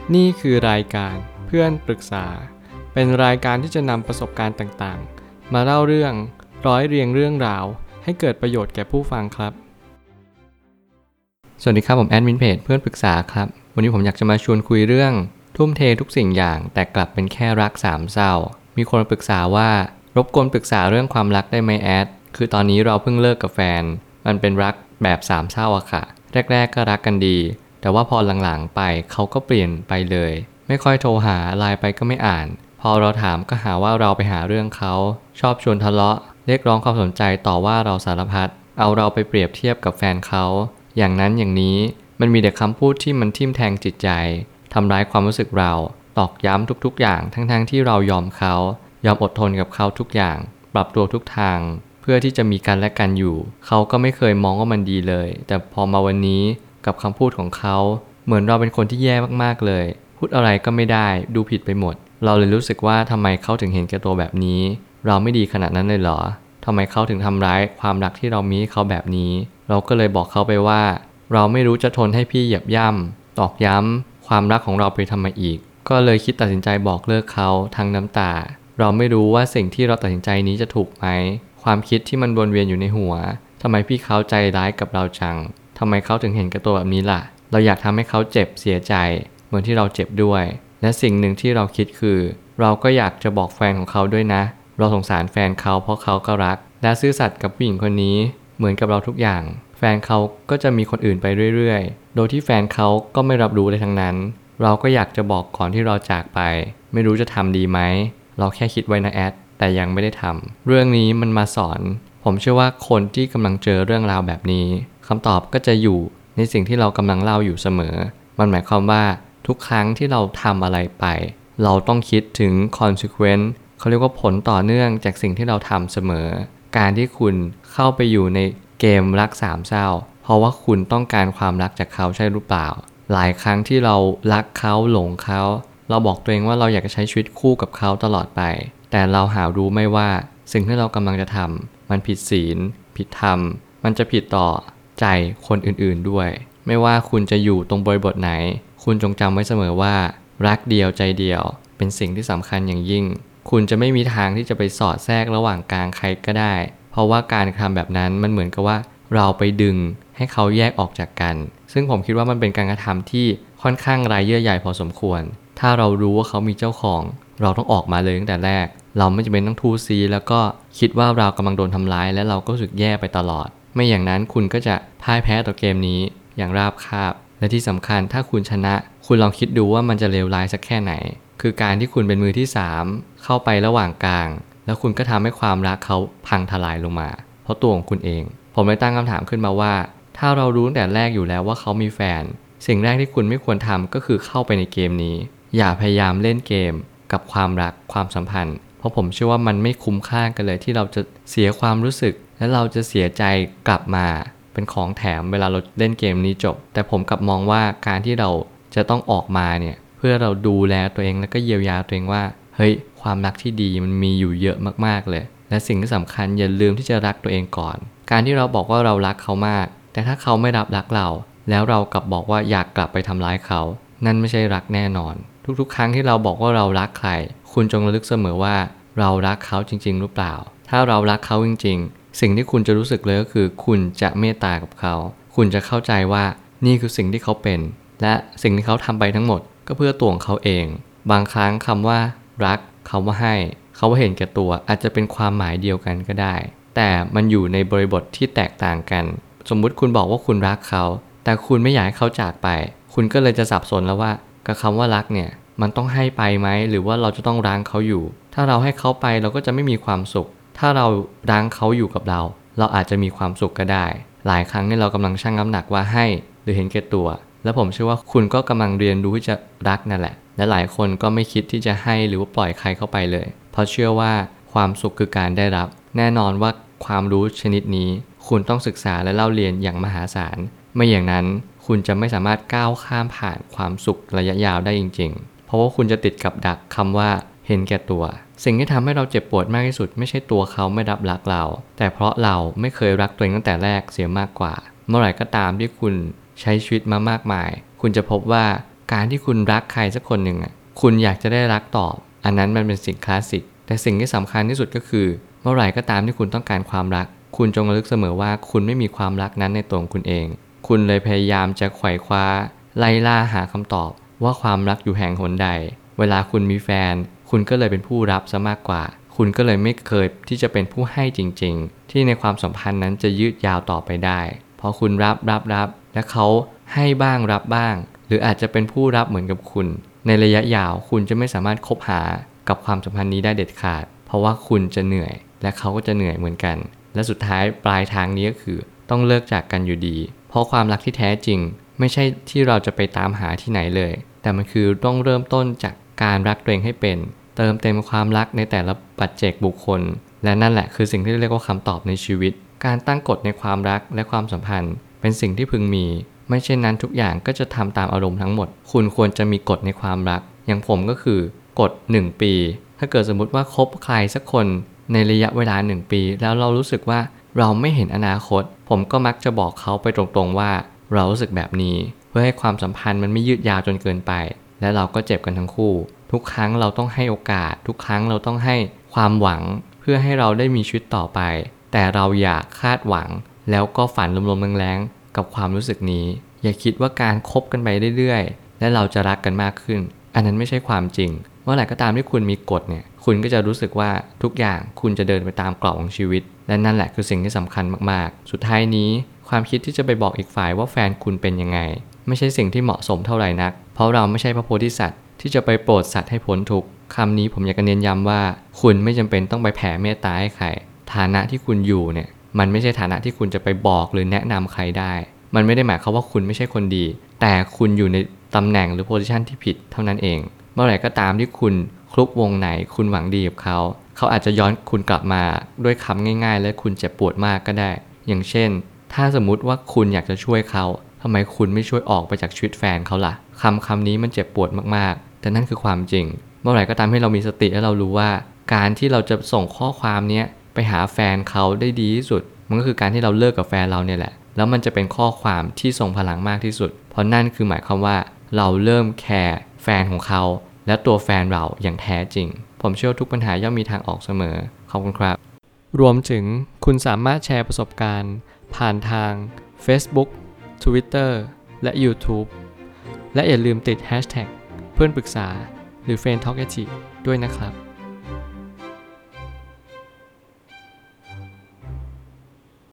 นี่คือรายการเพื่อนปรึกษาเป็นรายการที่จะนำประสบการณ์ต่างๆมาเล่าเรื่องร้อยเรียงเรื่องราวให้เกิดประโยชน์แก่ผู้ฟังครับสวัสดีครับผมแอดมินเพจเพื่อนปรึกษาครับวันนี้ผมอยากจะมาชวนคุยเรื่องทุ่มเททุกสิ่งอย่างแต่กลับเป็นแค่รักสามเศร้ามีคนมาปรึกษาว่ารบกวนปรึกษาเรื่องความรักได้ไหมแอดคือตอนนี้เราเพิ่งเลิกกับแฟนมันเป็นรักแบบสามเศร้าอะค่ะแรกๆก็รักกันดีแต่ว่าพอหลังๆไปเขาก็เปลี่ยนไปเลยไม่ค่อยโทรหาไลน์ไปก็ไม่อ่านพอเราถามก็หาว่าเราไปหาเรื่องเขาชอบชวนทะเลาะเรียกร้องความสนใจต่อว่าเราสารพัดเอาเราไปเปรียบเทียบกับแฟนเขาอย่างนั้นอย่างนี้มันมีแต่คำพูดที่มันทิ่มแทงจิตใจทำร้ายความรู้สึกเราตอกย้ำทุกๆอย่างทั้งที่เรายอมเขายอมอดทนกับเขาทุกอย่างปรับตัวทุกทางเพื่อที่จะมีกันและกันอยู่เขาก็ไม่เคยมองว่ามันดีเลยแต่พอมาวันนี้กับคำพูดของเขาเหมือนเราเป็นคนที่แย่มากๆเลยพูดอะไรก็ไม่ได้ดูผิดไปหมดเราเลยรู้สึกว่าทำไมเขาถึงเห็นแก่ตัวแบบนี้เราไม่ดีขนาดนั้นเลยเหรอทำไมเขาถึงทำร้ายความรักที่เรามีให้เขาแบบนี้เราก็เลยบอกเขาไปว่าเราไม่รู้จะทนให้พี่เหยียบย่ำตอกย้ำความรักของเราไปทำไมอีกก็เลยคิดตัดสินใจบอกเลิกเขาทั้งน้ำตาเราไม่รู้ว่าสิ่งที่เราตัดสินใจนี้จะถูกไหมความคิดที่มันวนเวียนอยู่ในหัวทำไมพี่เขาใจร้ายกับเราจังทำไมเขาถึงเห็นแก่ตัวแบบนี้ล่ะเราอยากทำให้เขาเจ็บเสียใจเหมือนที่เราเจ็บด้วยและสิ่งหนึ่งที่เราคิดคือเราก็อยากจะบอกแฟนของเขาด้วยนะเราสงสารแฟนเขาเพราะเขาก็รักและซื่อสัตย์กับผู้หญิงคนนี้เหมือนกับเราทุกอย่างแฟนเขาก็จะมีคนอื่นไปเรื่อยๆโดยที่แฟนเขาก็ไม่รับรู้เลยทั้งนั้นเราก็อยากจะบอกก่อนที่เราจากไปไม่รู้จะทำดีไหมเราแค่คิดไว้นะแอดแต่ยังไม่ได้ทำเรื่องนี้มันมาสอนผมเชื่อว่าคนที่กำลังเจอเรื่องราวแบบนี้คำตอบก็จะอยู่ในสิ่งที่เรากำลังเล่าอยู่เสมอมันหมายความว่าทุกครั้งที่เราทำอะไรไปเราต้องคิดถึง consequence เขาเรียกว่าผลต่อเนื่องจากสิ่งที่เราทำเสมอการที่คุณเข้าไปอยู่ในเกมรักสามเศร้าเพราะว่าคุณต้องการความรักจากเขาใช่หรือเปล่าหลายครั้งที่เรารักเขาหลงเขาเราบอกตัวเองว่าเราอยากจะใช้ชีวิตคู่กับเขาตลอดไปแต่เราหารู้ไม่ว่าสิ่งที่เรากำลังจะทำมันผิดศีลผิดธรรมมันจะผิดต่อใจคนอื่นๆด้วยไม่ว่าคุณจะอยู่ตรงบริบทไหนคุณจงจำไว้เสมอว่ารักเดียวใจเดียวเป็นสิ่งที่สำคัญอย่างยิ่งคุณจะไม่มีทางที่จะไปสอดแทรกระหว่างกลางใครก็ได้เพราะว่าการทำแบบนั้นมันเหมือนกับว่าเราไปดึงให้เขาแยกออกจากกันซึ่งผมคิดว่ามันเป็นการกระทำที่ค่อนข้างไร้เยื่อใยพอสมควรถ้าเรารู้ว่าเขามีเจ้าของเราต้องออกมาเลยตั้งแต่แรกเราไม่จำเป็นต้องทูซีแล้วก็คิดว่าเรากำลังโดนทำร้ายและเราก็รู้สึกแย่ไปตลอดไม่อย่างนั้นคุณก็จะพ่ายแพ้ต่อเกมนี้อย่างราบคาบและที่สำคัญถ้าคุณชนะคุณลองคิดดูว่ามันจะเลวร้ายสักแค่ไหนคือการที่คุณเป็นมือที่3เข้าไประหว่างกลางแล้วคุณก็ทำให้ความรักเขาพังทลายลงมาเพราะตัวของคุณเองผมเลยตั้งคำถามขึ้นมาว่าถ้าเรารู้ตั้งแต่แรกอยู่แล้วว่าเขามีแฟนสิ่งแรกที่คุณไม่ควรทำก็คือเข้าไปในเกมนี้อย่าพยายามเล่นเกมกับความรักความสัมพันธ์เพราะผมเชื่อว่ามันไม่คุ้มค่ากันเลยที่เราจะเสียความรู้สึกและเราจะเสียใจกลับมาเป็นของแถมเวลาเราเล่นเกมนี้จบแต่ผมกลับมองว่าการที่เราจะต้องออกมาเนี่ยเพื่อเราดูแลตัวเองแล้วก็เยียวยาตัวเองว่าเฮ้ยความรักที่ดีมันมีอยู่เยอะมากๆเลยและสิ่งที่สำคัญอย่าลืมที่จะรักตัวเองก่อนการที่เราบอกว่าเรารักเขามากแต่ถ้าเขาไม่รับรักเราแล้วเรากลับบอกว่าอยากกลับไปทำร้ายเขานั่นไม่ใช่รักแน่นอนทุกๆครั้งที่เราบอกว่าเรารักใครคุณจงระลึกเสมอว่าเรารักเขาจริงๆหรือเปล่าถ้าเรารักเขาจริงๆสิ่งที่คุณจะรู้สึกเลยก็คือคุณจะเมตตากับเขาคุณจะเข้าใจว่านี่คือสิ่งที่เขาเป็นและสิ่งที่เขาทำไปทั้งหมดก็เพื่อตัวของเขาเองบางครั้งคำว่ารักคำว่าให้เขาว่าเห็นแก่ตัวอาจจะเป็นความหมายเดียวกันก็ได้แต่มันอยู่ในบริบทที่แตกต่างกันสมมุติคุณบอกว่าคุณรักเขาแต่คุณไม่อยากให้เขาจากไปคุณก็เลยจะสับสนแล้วว่ากับคำว่ารักเนี่ยมันต้องให้ไปไหมหรือว่าเราจะต้องรั้งเขาอยู่ถ้าเราให้เขาไปเราก็จะไม่มีความสุขถ้าเรารั้งเขาอยู่กับเราเราอาจจะมีความสุขก็ได้หลายครั้งเนี่ยเรากำลังชั่งน้ำหนักว่าให้หรือเห็นแก่ตัวและผมเชื่อว่าคุณก็กำลังเรียนรู้ที่จะรักนั่นแหละและหลายคนก็ไม่คิดที่จะให้หรือว่าปล่อยใครเข้าไปเลยเพราะเชื่อว่าความสุขคือการได้รับแน่นอนว่าความรู้ชนิดนี้คุณต้องศึกษาและเล่าเรียนอย่างมหาศาลไม่อย่างนั้นคุณจะไม่สามารถก้าวข้ามผ่านความสุขระยะยาวได้จริงๆเพราะว่าคุณจะติดกับดักคำว่าเห็นแก่ตัวสิ่งที่ทำให้เราเจ็บปวดมากที่สุดไม่ใช่ตัวเขาไม่รับรักเราแต่เพราะเราไม่เคยรักตัวเองตั้งแต่แรกเสียมากกว่าเมื่อไหร่ก็ตามที่คุณใช้ชีวิตมามากมายคุณจะพบว่าการที่คุณรักใครสักคนหนึ่งคุณอยากจะได้รักตอบอันนั้นมันเป็นสิ่งคลาสสิกแต่สิ่งที่สำคัญที่สุดก็คือเมื่อไหร่ก็ตามที่คุณต้องการความรักคุณจงระลึกเสมอว่าคุณไม่มีความรักนั้นในตัวของคุณเองคุณเลยพยายามจะไขว่คว้าไล่ล่าหาคำตอบว่าความรักอยู่แห่งหนใดเวลาคุณมีแฟนคุณก็เลยเป็นผู้รับซะมากกว่าคุณก็เลยไม่เคยที่จะเป็นผู้ให้จริงๆที่ในความสัมพันธ์นั้นจะยืดยาวต่อไปได้เพราะคุณรับและเขาให้บ้างรับบ้างหรืออาจจะเป็นผู้รับเหมือนกับคุณในระยะยาวคุณจะไม่สามารถคบหากับความสัมพันธ์นี้ได้เด็ดขาดเพราะว่าคุณจะเหนื่อยและเขาก็จะเหนื่อยเหมือนกันและสุดท้ายปลายทางนี้ก็คือต้องเลิกจากกันอยู่ดีเพราะความรักที่แท้จริงไม่ใช่ที่เราจะไปตามหาที่ไหนเลยแต่มันคือต้องเริ่มต้นจากการรักตัวเองให้เป็นเติมเต็มความรักในแต่ละปัจเจกบุคคลและนั่นแหละคือสิ่งที่เรียกว่าคำตอบในชีวิตการตั้งกฎในความรักและความสัมพันธ์เป็นสิ่งที่พึงมีไม่เช่นนั้นทุกอย่างก็จะทำตามอารมณ์ทั้งหมดคุณควรจะมีกฎในความรักอย่างผมก็คือกฎ1 ปีถ้าเกิดสมมุติว่าคบใครสักคนในระยะเวลา1 ปีแล้วเรารู้สึกว่าเราไม่เห็นอนาคตผมก็มักจะบอกเขาไปตรงๆว่าเรารู้สึกแบบนี้เพื่อให้ความสัมพันธ์มันไม่ยืดยาวจนเกินไปและเราก็เจ็บกันทั้งคู่ทุกครั้งเราต้องให้โอกาสทุกครั้งเราต้องให้ความหวังเพื่อให้เราได้มีชีวิตต่อไปแต่เราอย่าคาดหวังแล้วก็ฝันลมๆแรงๆกับความรู้สึกนี้อย่าคิดว่าการคบกันไปเรื่อยๆและเราจะรักกันมากขึ้นอันนั้นไม่ใช่ความจริงเมื่อไหร่ก็ตามที่คุณมีกฎเนี่ยคุณก็จะรู้สึกว่าทุกอย่างคุณจะเดินไปตามกรอบของชีวิตและนั่นแหละคือสิ่งที่สำคัญมากๆสุดท้ายนี้ความคิดที่จะไปบอกอีกฝ่ายว่าแฟนคุณเป็นยังไงไม่ใช่สิ่งที่เหมาะสมเท่าไหร่นักเพราะเราไม่ใช่พระโพธิสัตว์ที่จะไปโปรดสัตว์ให้พ้นทุกข์คำนี้ผมอยากจะเน้นย้ำว่าคุณไม่จำเป็นต้องไปแผ่เมตตาให้ใครฐานะที่คุณอยู่เนี่ยมันไม่ใช่ฐานะที่คุณจะไปบอกหรือแนะนำใครได้มันไม่ได้หมายความว่าคุณไม่ใช่คนดีแต่คุณอยู่ในตำแหน่งหรือโพสิชันที่ผิดเท่านั้นเองเมื่อไหร่ก็ตามที่คุณคลุกวงไหนคุณหวังดีกับเขาอาจจะย้อนคุณกลับมาด้วยคำง่ายๆและคุณเจ็บปวดมากก็ได้อย่างเช่นถ้าสมมุติว่าคุณอยากจะช่วยเขาทำไมคุณไม่ช่วยออกไปจากชีวิตแฟนเขาล่ะคำนี้มันเจ็บปวดมากๆแต่นั่นคือความจริงเมื่อไหร่ก็ตามให้เรามีสติและเรารู้ว่าการที่เราจะส่งข้อความนี้ไปหาแฟนเขาได้ดีที่สุดมันก็คือการที่เราเลิกกับแฟนเราเนี่ยแหละแล้วมันจะเป็นข้อความที่ทรงพลังมากที่สุดเพราะนั่นคือหมายความว่าเราเริ่มแคร์แฟนของเขาและตัวแฟนเราอย่างแท้จริงผมเชื่อว่าทุกปัญหาย่อมมีทางออกเสมอขอบคุณครับรวมถึงคุณสามารถแชร์ประสบการณ์ผ่านทาง Facebook Twitter และ YouTube และอย่าลืมติด Hashtag เพื่อนปรึกษาหรือ Friend Talk ด้วยนะครับ